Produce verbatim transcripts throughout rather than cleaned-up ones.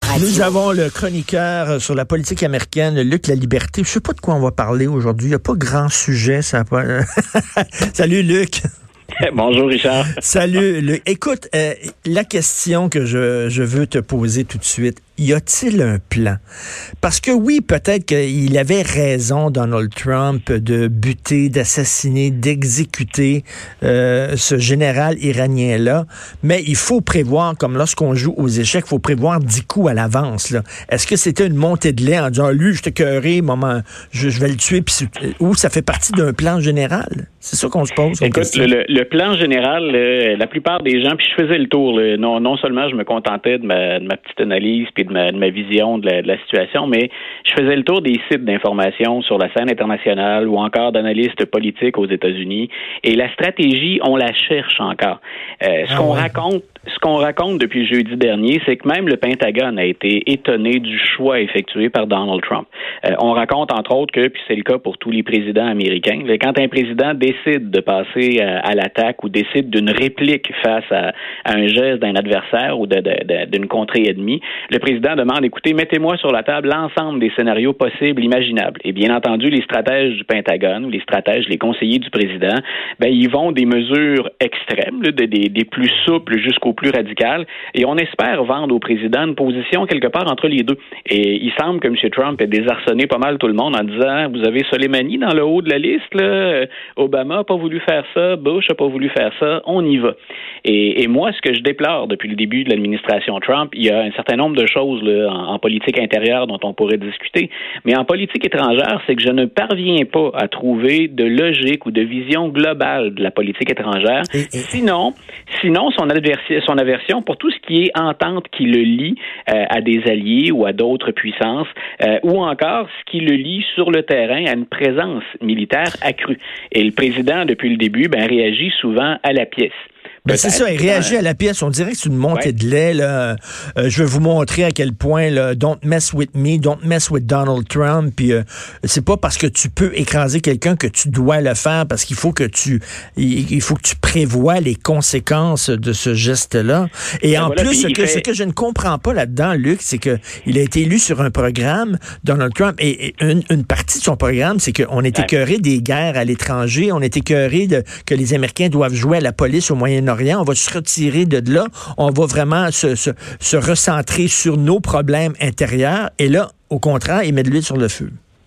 Radio. Nous avons le chroniqueur sur la politique américaine, Luc Laliberté. Je sais pas de quoi on va parler aujourd'hui. Il n'y a pas grand sujet. Ça a pas... Salut, Luc. Bonjour, Richard. Salut, Luc. Écoute, euh, la question que je, je veux te poser tout de suite, y a-t-il un plan? Parce que oui, peut-être qu'il avait raison, Donald Trump, de buter, d'assassiner, d'exécuter euh, ce général iranien-là, mais il faut prévoir, comme lorsqu'on joue aux échecs, il faut prévoir dix coups à l'avance. Là. Est-ce que c'était une montée de lait en disant, lui, je te cœuré, maman, je, je vais le tuer, pis ou ça fait partie d'un plan général? C'est ça qu'on se pose. Écoute, le, le plan général, euh, la plupart des gens, puis je faisais le tour, là, non, non seulement je me contentais de ma, de ma petite analyse puis de ma, de ma vision de la, de la situation, mais je faisais le tour des sites d'information sur la scène internationale ou encore d'analystes politiques aux États-Unis. Et la stratégie, on la cherche encore. Euh, ce ah qu'on ouais. raconte, ce qu'on raconte depuis jeudi dernier, c'est que même le Pentagone a été étonné du choix effectué par Donald Trump. Euh, on raconte entre autres que, puis c'est le cas pour tous les présidents américains, là, quand un président décide de passer à, à l'attaque ou décide d'une réplique face à, à un geste d'un adversaire ou de, de, de, d'une contrée ennemie, le président demande, écoutez, mettez-moi sur la table l'ensemble des scénarios possibles, imaginables. Et bien entendu, les stratèges du Pentagone, les stratèges, les conseillers du président, ben ils vont des mesures extrêmes, là, des, des, des plus souples jusqu'aux plus radicales, et on espère vendre au président une position quelque part entre les deux. Et il semble que M. Trump ait désarçonné pas mal tout le monde en disant, vous avez Soleimani dans le haut de la liste, là, Obama n'a pas voulu faire ça, Bush n'a pas voulu faire ça, on y va. Et, et moi, ce que je déplore depuis le début de l'administration Trump, il y a un certain nombre de choses là, en, en politique intérieure dont on pourrait discuter, mais en politique étrangère, c'est que je ne parviens pas à trouver de logique ou de vision globale de la politique étrangère. Sinon, sinon son, adversi- son aversion pour tout ce qui est entente qui le lie euh, à des alliés ou à d'autres puissances, euh, ou encore ce qui le lie sur le terrain à une présence militaire accrue. Et le président, depuis le début, ben, réagit souvent à la pièce. Ben c'est ça, il réagit à la pièce. On dirait que c'est une montée ouais. de lait. Là. Euh, je vais vous montrer à quel point, là, don't mess with me, don't mess with Donald Trump. Puis euh, c'est pas parce que tu peux écraser quelqu'un que tu dois le faire, parce qu'il faut que tu, il, il faut que tu prévois les conséquences de ce geste-là. Et ben en voilà, plus, ce que, fait... ce que je ne comprends pas là-dedans, Luc, c'est que il a été élu sur un programme, Donald Trump, et, et une, une partie de son programme, c'est qu'on est écœuré des guerres à l'étranger, on est écœuré de que les Américains doivent jouer à la police au Moyen-Orient. On va se retirer de là. On va vraiment se, se, se recentrer sur nos problèmes intérieurs. Et là, au contraire, il met de l'huile sur le feu.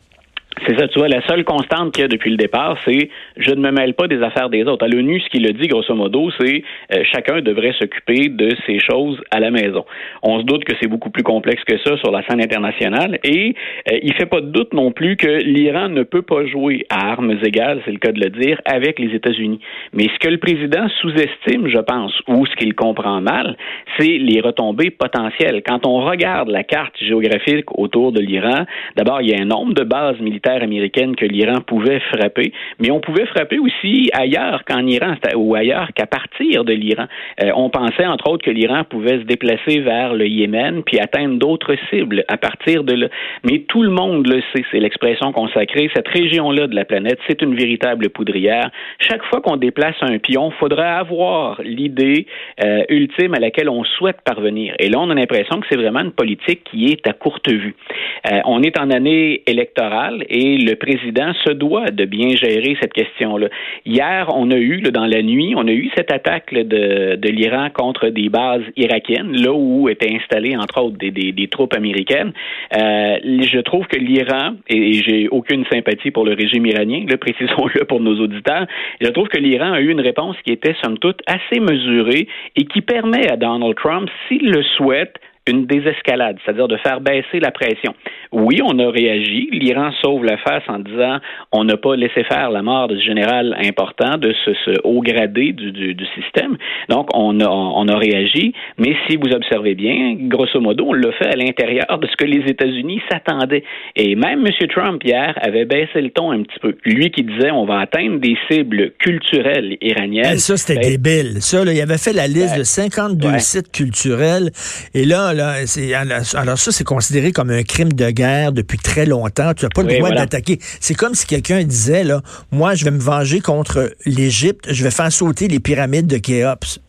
C'est ça, tu vois, la seule constante qu'il y a depuis le départ, c'est « je ne me mêle pas des affaires des autres ». À l'ONU, ce qu'il a dit, grosso modo, c'est euh, « chacun devrait s'occuper de ses choses à la maison ». On se doute que c'est beaucoup plus complexe que ça sur la scène internationale, et euh, il fait pas de doute non plus que l'Iran ne peut pas jouer à armes égales, c'est le cas de le dire, avec les États-Unis. Mais ce que le président sous-estime, je pense, ou ce qu'il comprend mal, c'est les retombées potentielles. Quand on regarde la carte géographique autour de l'Iran, d'abord, il y a un nombre de bases militaires américaine que l'Iran pouvait frapper, mais on pouvait frapper aussi ailleurs qu'en Iran ou ailleurs qu'à partir de l'Iran. Euh, on pensait entre autres que l'Iran pouvait se déplacer vers le Yémen puis atteindre d'autres cibles à partir de là. Mais tout le monde le sait, c'est l'expression consacrée. Cette région-là de la planète, c'est une véritable poudrière. Chaque fois qu'on déplace un pion, il faudra avoir l'idée euh, ultime à laquelle on souhaite parvenir. Et là, on a l'impression que c'est vraiment une politique qui est à courte vue. Euh, on est en année électorale et le président se doit de bien gérer cette question-là. Hier, on a eu, là, dans la nuit, on a eu cette attaque là, de, de l'Iran contre des bases irakiennes, là où étaient installées, entre autres, des, des, des troupes américaines. Euh, je trouve que l'Iran, et, et j'ai aucune sympathie pour le régime iranien, là, précisons-le pour nos auditeurs, je trouve que l'Iran a eu une réponse qui était, somme toute, assez mesurée et qui permet à Donald Trump, s'il le souhaite, une désescalade, c'est-à-dire de faire baisser la pression. Oui, on a réagi. L'Iran sauve la face en disant on n'a pas laissé faire la mort de ce général important, de ce, ce haut gradé du, du, du système. Donc, on a, on a réagi. Mais si vous observez bien, grosso modo, on l'a fait à l'intérieur de ce que les États-Unis s'attendaient. Et même M. Trump, hier, avait baissé le ton un petit peu. Lui qui disait on va atteindre des cibles culturelles iraniennes. Et ça, c'était ben, débile. Ça, là, il avait fait la liste ben, de cinquante-deux ouais. sites culturels. Et là, Là, c'est, alors ça, c'est considéré comme un crime de guerre depuis très longtemps. Tu n'as pas le oui, droit voilà. d'attaquer. C'est comme si quelqu'un disait, là, moi, je vais me venger contre l'Égypte, je vais faire sauter les pyramides de Khéops.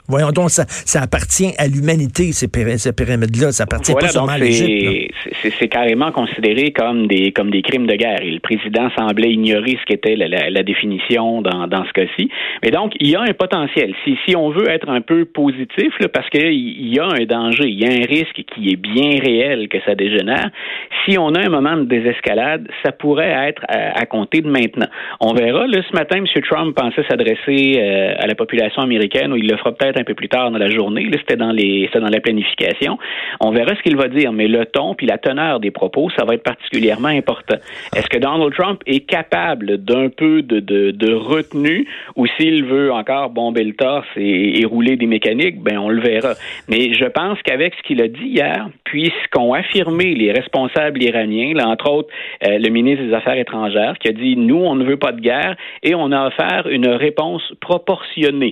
Voyons donc, ça, ça appartient à l'humanité, ces, pyra- ces pyramides-là. Ça appartient voilà, pas seulement donc à l'Égypte. C'est, c'est carrément considéré comme des comme des crimes de guerre. Et le président semblait ignorer ce qu'était la, la, la définition dans, dans ce cas-ci. Mais donc, il y a un potentiel. Si, si on veut être un peu positif, là, parce qu'il y a un danger, il y a un risque qui est bien réel que ça dégénère, si on a un moment de désescalade, ça pourrait être à, à compter de maintenant. On verra. Là, ce matin, M. Trump pensait s'adresser euh, à la population américaine, ou il le fera peut-être un peu plus tard dans la journée. Là, c'était dans les, c'était dans la planification. On verra ce qu'il va dire, mais le ton puis la teneur des propos, ça va être particulièrement important. Est-ce que Donald Trump est capable d'un peu de, de, de retenue, ou s'il veut encore bomber le torse et, et rouler des mécaniques, ben on le verra. Mais je pense qu'avec ce qu'il a dit hier, puis ce qu'ont affirmé les responsables iraniens, là, entre autres euh, le ministre des Affaires étrangères, qui a dit « Nous, on ne veut pas de guerre et on a offert une réponse proportionnée ».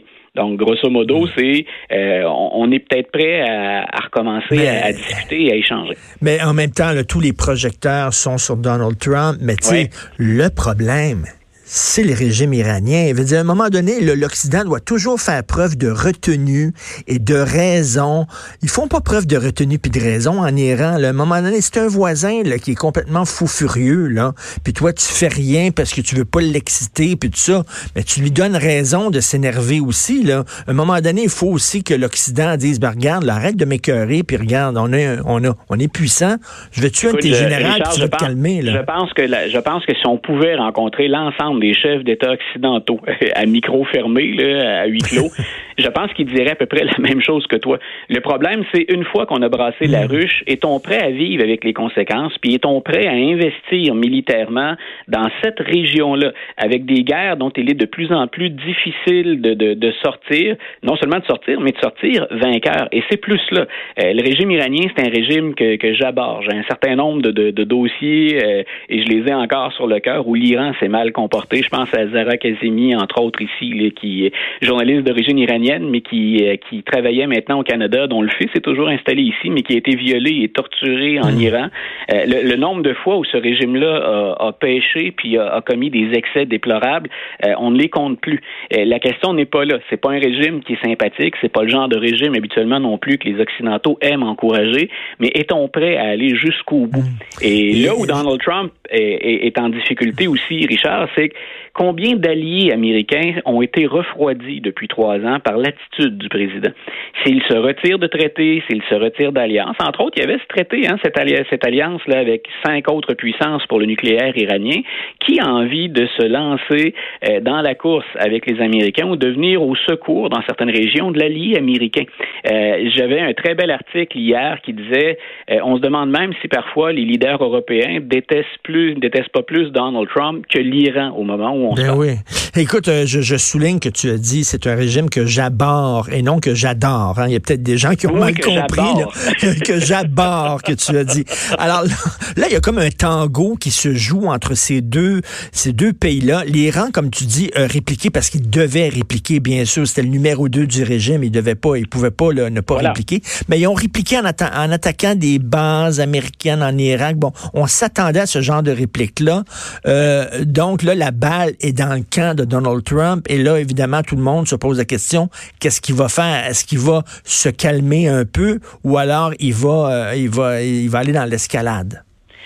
Donc, grosso modo, c'est euh, on, on est peut-être prêt à, à recommencer mais, à, à discuter et à échanger. Mais en même temps, là, tous les projecteurs sont sur Donald Trump. Mais tu sais, oui. Le problème, c'est le régime iranien. Il veut dire, à un moment donné, le, l'Occident doit toujours faire preuve de retenue et de raison. Ils font pas preuve de retenue puis de raison en Iran. Là. À un moment donné, c'est un voisin là, qui est complètement fou furieux. Là. Puis toi, tu fais rien parce que tu veux pas l'exciter puis tout ça. Mais tu lui donnes raison de s'énerver aussi. Là. À un moment donné, il faut aussi que l'Occident dise, ben, regarde, là, arrête de m'écœurer puis regarde, on est, on a, on est puissant. Je vais tuer un de tes généraux puis tu vas te pense, calmer. Là. Je pense que la, je pense que si on pouvait rencontrer l'ensemble des chefs d'État occidentaux à micro fermé, là, à huis clos, je pense qu'ils diraient à peu près la même chose que toi. Le problème, c'est une fois qu'on a brassé la ruche, est-on prêt à vivre avec les conséquences, puis est-on prêt à investir militairement dans cette région-là, avec des guerres dont il est de plus en plus difficile de, de, de sortir, non seulement de sortir, mais de sortir vainqueur. Et c'est plus là. Euh, le régime iranien, c'est un régime que, que j'aborde. J'ai un certain nombre de, de, de dossiers, euh, et je les ai encore sur le cœur, où l'Iran s'est mal comporté. Je pense à Zahra Kazemi, entre autres ici, là, qui est journaliste d'origine iranienne, mais qui, euh, qui travaillait maintenant au Canada, dont le fils est toujours installé ici, mais qui a été violé et torturé en mmh. Iran. Euh, le, le nombre de fois où ce régime-là a, a péché puis a, a commis des excès déplorables, euh, on ne les compte plus. Euh, la question n'est pas là. C'est pas un régime qui est sympathique, c'est pas le genre de régime habituellement non plus que les Occidentaux aiment encourager, mais est-on prêt à aller jusqu'au bout? Mmh. Et là où Donald Trump est, est, est en difficulté aussi, Richard, c'est que combien d'alliés américains ont été refroidis depuis trois ans par l'attitude du président? S'il se retire de traités, s'il se retire d'alliances, entre autres, il y avait ce traité, hein, cette, alli- cette alliance-là avec cinq autres puissances pour le nucléaire iranien, qui a envie de se lancer euh, dans la course avec les Américains ou de venir au secours dans certaines régions de l'allié américain. Euh, j'avais un très bel article hier qui disait, euh, on se demande même si parfois les leaders européens détestent plus, détestent pas plus Donald Trump que l'Iran au moment où on ben se oui. Écoute, euh, je, je souligne que tu as dit c'est un régime que j'abhorre et non que j'adore. Hein. Il y a peut-être des gens qui ont oui, mal compris là, que, que j'abhorre que tu as dit. Alors là, là, il y a comme un tango qui se joue entre ces deux ces deux pays-là. L'Iran, comme tu dis, a répliqué parce qu'il devait répliquer, bien sûr. C'était le numéro deux du régime. Il devait pas, il pouvait pas là, ne pas voilà. répliquer. Mais ils ont répliqué en, atta- en attaquant des bases américaines en Irak. Bon, on s'attendait à ce genre de réplique-là. Euh, donc là, la balle est dans le camp de Donald Trump. Et là, évidemment, tout le monde se pose la question, qu'est-ce qu'il va faire? Est-ce qu'il va se calmer un peu ou alors il va, euh, il va, il va aller dans l'escalade?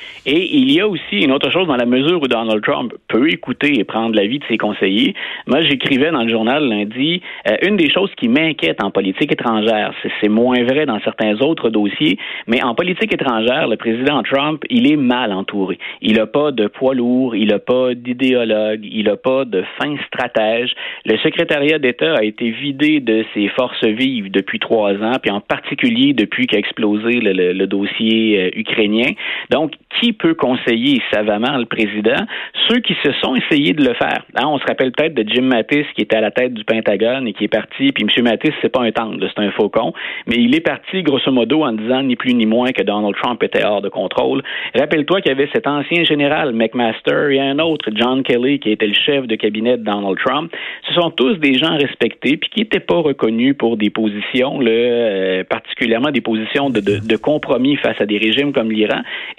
Et il y a aussi une autre chose dans la mesure où Donald Trump peut écouter et prendre l'avis de ses conseillers. Moi, j'écrivais dans le journal lundi, euh, une des choses qui m'inquiète en politique étrangère, c'est, c'est moins vrai dans certains autres dossiers, mais en politique étrangère, le président Trump, il est mal entouré. Il n'a pas de poids lourd, il n'a pas d'idéologue, il n'a pas de fin stratège. Le secrétariat d'État a été vidé de ses forces vives depuis trois ans, puis en particulier depuis qu'a explosé le, le, le dossier euh, ukrainien. Donc, qui peut conseiller savamment le président? Ceux qui se sont essayés de le faire. Hein, on se rappelle peut-être de Jim Mattis qui était à la tête du Pentagone et qui est parti, puis M. Mattis, c'est pas un tangle, c'est un faucon, mais il est parti grosso modo en disant ni plus ni moins que Donald Trump était hors de contrôle. Rappelle-toi qu'il y avait cet ancien général McMaster et un autre, John Kelly, qui était le chef de cabinet de Donald Trump. Ce sont tous des gens respectés puis qui n'étaient pas reconnus pour des positions, là, euh, particulièrement des positions de, de, de compromis face à des régimes comme l'Iran. Et ces gens-là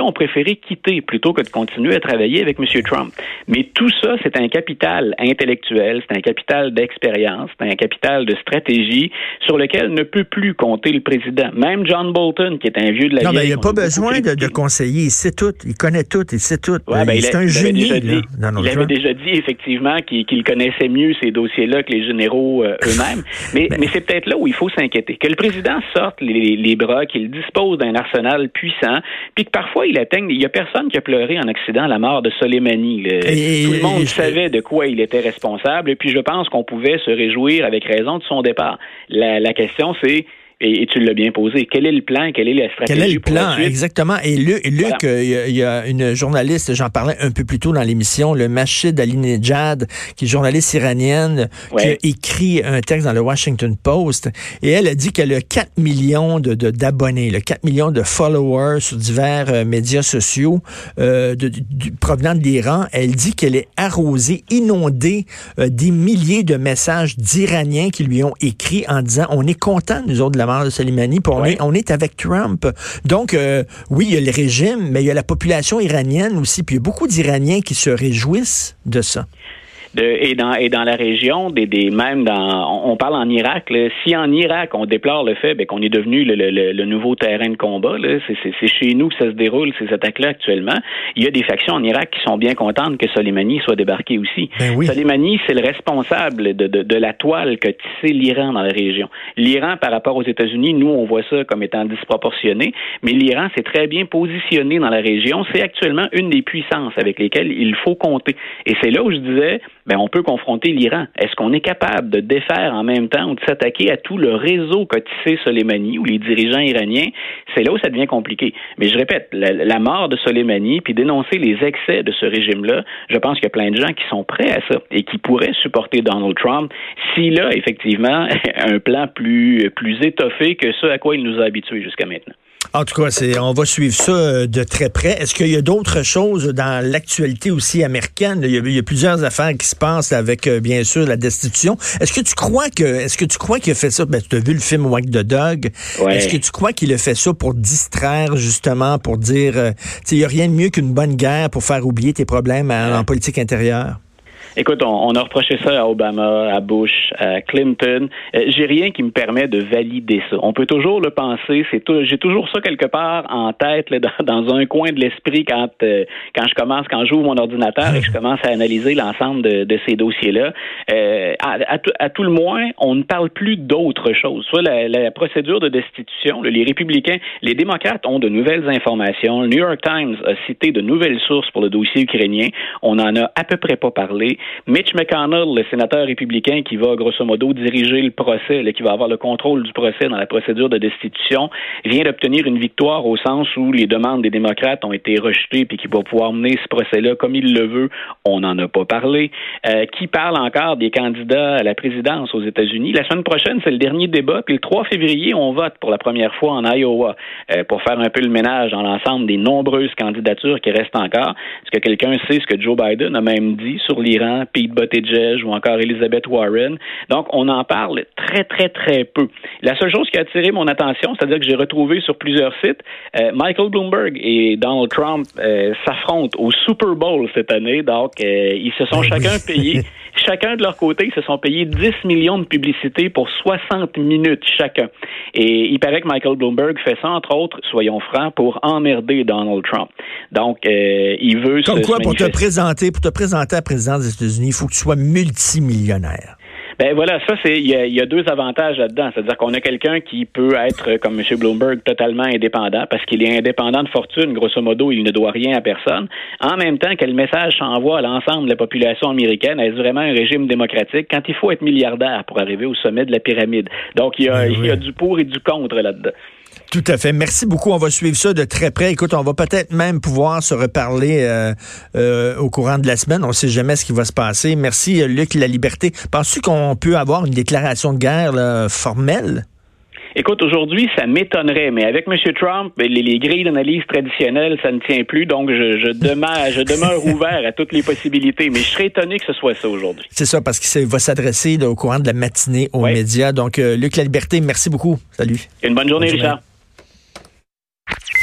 gens-là ont préféré quitter plutôt que de continuer à travailler avec M. Trump. Mais tout ça, c'est un capital intellectuel, c'est un capital d'expérience, c'est un capital de stratégie sur lequel ne peut plus compter le président. Même John Bolton, qui est un vieux de la non, vieille... Non, mais il n'a pas besoin de, de conseiller. Il sait tout. Il connaît tout. Il sait tout. Ouais, ben, c'est il a, un il génie. Déjà dit, là, il avait déjà dit, effectivement, qu'il, qu'il connaissait mieux ces dossiers-là que les généraux euh, eux-mêmes. Mais, ben, mais c'est peut-être là où il faut s'inquiéter. Que le président sorte les, les bras, qu'il dispose d'un arsenal puissant, puis que parfois il atteigne... Il n'y a personne qui a pleuré en Occident la mort de Soleimani. Le, et, tout le monde et, savait de quoi il était responsable, et puis je pense qu'on pouvait se réjouir avec raison de son départ. La, la question, c'est... Et, et tu l'as bien posé. Quel est le plan? Quelle est la stratégie? Quel est le plan? Exactement. Et Luc, Luc voilà. euh, il y a une journaliste, j'en parlais un peu plus tôt dans l'émission, le Machid Alinejad, qui est journaliste iranienne, ouais. qui a écrit un texte dans le Washington Post. Et elle a dit qu'elle a quatre millions de, de, d'abonnés, là, quatre millions de followers sur divers euh, médias sociaux euh, de, de, de, provenant de l'Iran. Elle dit qu'elle est arrosée, inondée euh, des milliers de messages d'Iraniens qui lui ont écrit en disant « On est contents, nous autres, de la de Soleimani, puis on, ouais. est, on est avec Trump. » Donc, euh, oui, il y a le régime, mais il y a la population iranienne aussi, puis il y a beaucoup d'Iraniens qui se réjouissent de ça. De, et dans et dans la région, des, des même dans on, on parle en Irak. Là, si en Irak on déplore le fait ben, qu'on est devenu le, le, le nouveau terrain de combat, là, c'est, c'est, c'est chez nous que ça se déroule ces attaques-là actuellement. Il y a des factions en Irak qui sont bien contentes que Soleimani soit débarqué aussi. Ben oui. Soleimani, c'est le responsable de, de, de la toile qu'a tissé l'Iran dans la région. L'Iran, par rapport aux États-Unis, nous on voit ça comme étant disproportionné, mais l'Iran s'est très bien positionné dans la région. C'est actuellement une des puissances avec lesquelles il faut compter. Et c'est là où je disais, ben on peut confronter l'Iran. Est-ce qu'on est capable de défaire en même temps ou de s'attaquer à tout le réseau qu'a tissé Soleimani ou les dirigeants iraniens? C'est là où ça devient compliqué. Mais je répète, la, la mort de Soleimani, puis dénoncer les excès de ce régime-là, je pense qu'il y a plein de gens qui sont prêts à ça et qui pourraient supporter Donald Trump s'il a effectivement un plan plus, plus étoffé que ce à quoi il nous a habitués jusqu'à maintenant. En tout cas, c'est, on va suivre ça de très près. Est-ce qu'il y a d'autres choses dans l'actualité aussi américaine? Il y a, il y a plusieurs affaires qui se passent avec, bien sûr, la destitution. Est-ce que tu crois que, est-ce que tu crois qu'il a fait ça? Ben, tu as vu le film Wag the Dog. Ouais. Est-ce que tu crois qu'il a fait ça pour distraire, justement, pour dire, euh, tu sais, il n'y a rien de mieux qu'une bonne guerre pour faire oublier tes problèmes en, en politique intérieure? Écoute, on, on a reproché ça à Obama, à Bush, à Clinton. Euh, j'ai rien qui me permet de valider ça. On peut toujours le penser. C'est tout, j'ai toujours ça quelque part en tête, là, dans, dans un coin de l'esprit quand euh, quand je commence, quand j'ouvre mon ordinateur et que je commence à analyser l'ensemble de, de ces dossiers-là. Euh, à, à, à tout le moins, on ne parle plus d'autre chose. Soit la, la procédure de destitution, les républicains, les démocrates ont de nouvelles informations. Le New York Times a cité de nouvelles sources pour le dossier ukrainien. On n'en a à peu près pas parlé. Mitch McConnell, le sénateur républicain qui va grosso modo diriger le procès, là, qui va avoir le contrôle du procès dans la procédure de destitution, vient d'obtenir une victoire au sens où les demandes des démocrates ont été rejetées puis qu'il va pouvoir mener ce procès-là comme il le veut. On n'en a pas parlé. Euh, qui parle encore des candidats à la présidence aux États-Unis? La semaine prochaine, c'est le dernier débat, puis le trois février, on vote pour la première fois en Iowa euh, pour faire un peu le ménage dans l'ensemble des nombreuses candidatures qui restent encore. Est-ce que quelqu'un sait ce que Joe Biden a même dit sur l'Iran? Pete Buttigieg ou encore Elizabeth Warren. Donc, on en parle très, très, très peu. La seule chose qui a attiré mon attention, c'est-à-dire que j'ai retrouvé sur plusieurs sites, euh, Michael Bloomberg et Donald Trump euh, s'affrontent au Super Bowl cette année. Donc, euh, ils se sont chacun payés, chacun de leur côté, ils se sont payés dix millions de publicités pour soixante minutes chacun. Et il paraît que Michael Bloomberg fait ça, entre autres, soyons francs, pour emmerder Donald Trump. Donc, euh, il veut... Comme se, quoi, se pour te présenter, pour te présenter à la présidence des États-Unis, il faut que tu sois multimillionnaire. Ben voilà, ça c'est il y a, y a deux avantages là-dedans, c'est-à-dire qu'on a quelqu'un qui peut être comme M. Bloomberg totalement indépendant parce qu'il est indépendant de fortune, grosso modo, il ne doit rien à personne. En même temps, quel message s'envoie à l'ensemble de la population américaine? Est-ce vraiment un régime démocratique quand il faut être milliardaire pour arriver au sommet de la pyramide? Donc il y a, oui, oui. il y a du pour et du contre là-dedans. Tout à fait. Merci beaucoup. On va suivre ça de très près. Écoute, on va peut-être même pouvoir se reparler euh, euh, au courant de la semaine. On ne sait jamais ce qui va se passer. Merci, Luc La Liberté. Penses-tu qu'on peut avoir une déclaration de guerre là, formelle? Écoute, aujourd'hui, ça m'étonnerait, mais avec M. Trump, les, les grilles d'analyse traditionnelles, ça ne tient plus, donc je, je, demeure, je demeure ouvert à toutes les possibilités, mais je serais étonné que ce soit ça aujourd'hui. C'est ça, parce qu'il va s'adresser là, au courant de la matinée aux ouais. médias. Donc, euh, Luc La Liberté, merci beaucoup. Salut. Une bonne journée, bonne journée. Richard.